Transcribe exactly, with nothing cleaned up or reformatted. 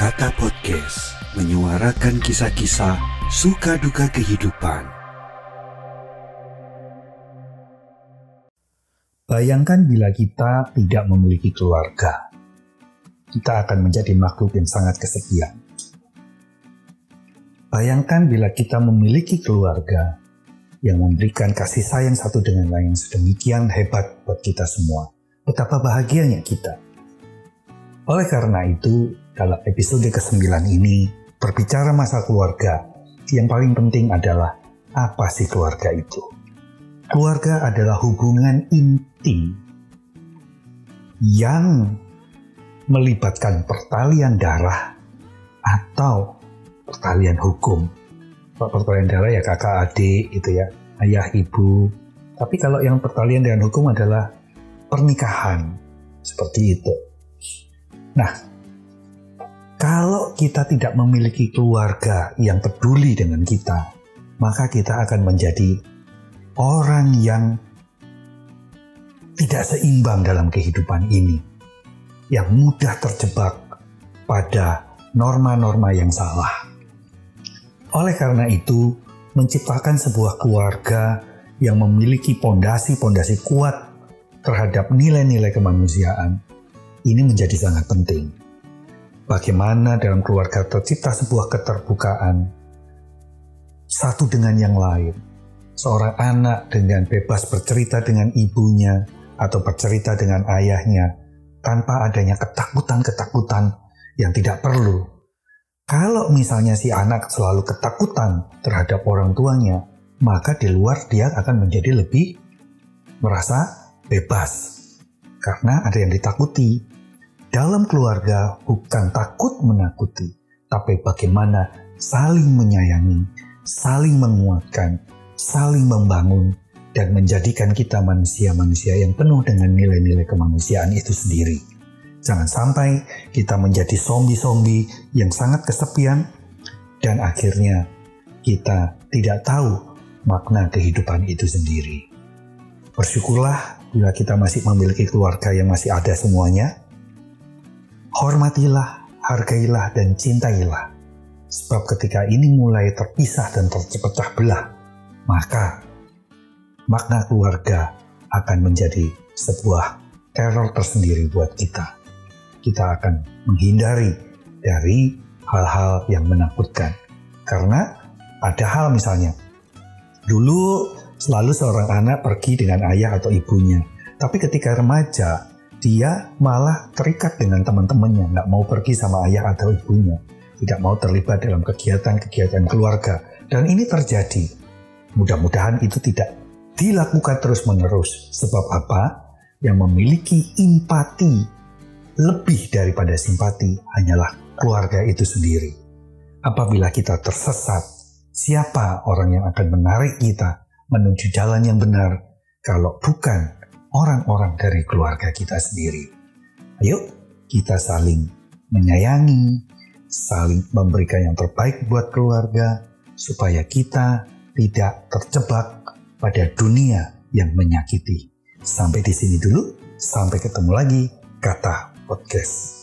Kata Podcast menyuarakan kisah-kisah suka duka kehidupan. Bayangkan bila kita tidak memiliki keluarga, kita akan menjadi makhluk yang sangat kesepian. Bayangkan bila kita memiliki keluarga yang memberikan kasih sayang satu dengan lain sedemikian hebat buat kita semua. Betapa bahagianya kita. Oleh karena itu, dalam episode kesembilan ini, berbicara masa keluarga, yang paling penting adalah apa sih keluarga itu? Keluarga adalah hubungan intim yang melibatkan pertalian darah atau pertalian hukum. Kalau pertalian darah ya kakak adik itu ya, ayah ibu. Tapi kalau yang pertalian dengan hukum adalah pernikahan, seperti itu. Nah, kalau kita tidak memiliki keluarga yang peduli dengan kita, maka kita akan menjadi orang yang tidak seimbang dalam kehidupan ini, yang mudah terjebak pada norma-norma yang salah. Oleh karena itu, menciptakan sebuah keluarga yang memiliki pondasi-pondasi kuat terhadap nilai-nilai kemanusiaan, ini menjadi sangat penting. Bagaimana dalam keluarga tercipta sebuah keterbukaan satu dengan yang lain. Seorang anak dengan bebas bercerita dengan ibunya atau bercerita dengan ayahnya tanpa adanya ketakutan-ketakutan yang tidak perlu. Kalau misalnya si anak selalu ketakutan terhadap orang tuanya, maka di luar dia akan menjadi lebih merasa bebas karena ada yang ditakuti. Dalam keluarga bukan takut menakuti, tapi bagaimana saling menyayangi, saling menguatkan, saling membangun, dan menjadikan kita manusia-manusia yang penuh dengan nilai-nilai kemanusiaan itu sendiri. Jangan sampai kita menjadi zombie-zombie yang sangat kesepian, dan akhirnya kita tidak tahu makna kehidupan itu sendiri. Bersyukurlah bila kita masih memiliki keluarga yang masih ada semuanya. Hormatilah, hargailah, dan cintailah. Sebab ketika ini mulai terpisah dan terpecah belah, maka makna keluarga akan menjadi sebuah teror tersendiri buat kita. Kita akan menghindari dari hal-hal yang menakutkan. Karena ada hal misalnya, dulu selalu seorang anak pergi dengan ayah atau ibunya. Tapi ketika remaja, dia malah terikat dengan teman-temannya, nggak mau pergi sama ayah atau ibunya, tidak mau terlibat dalam kegiatan-kegiatan keluarga. Dan ini terjadi. Mudah-mudahan itu tidak dilakukan terus-menerus. Sebab apa? Yang memiliki empati lebih daripada simpati hanyalah keluarga itu sendiri. Apabila kita tersesat, siapa orang yang akan menarik kita menuju jalan yang benar kalau bukan orang-orang dari keluarga kita sendiri? Ayo kita saling menyayangi, saling memberikan yang terbaik buat keluarga, supaya kita tidak terjebak pada dunia yang menyakiti. Sampai di sini dulu, sampai ketemu lagi Kata Podcast.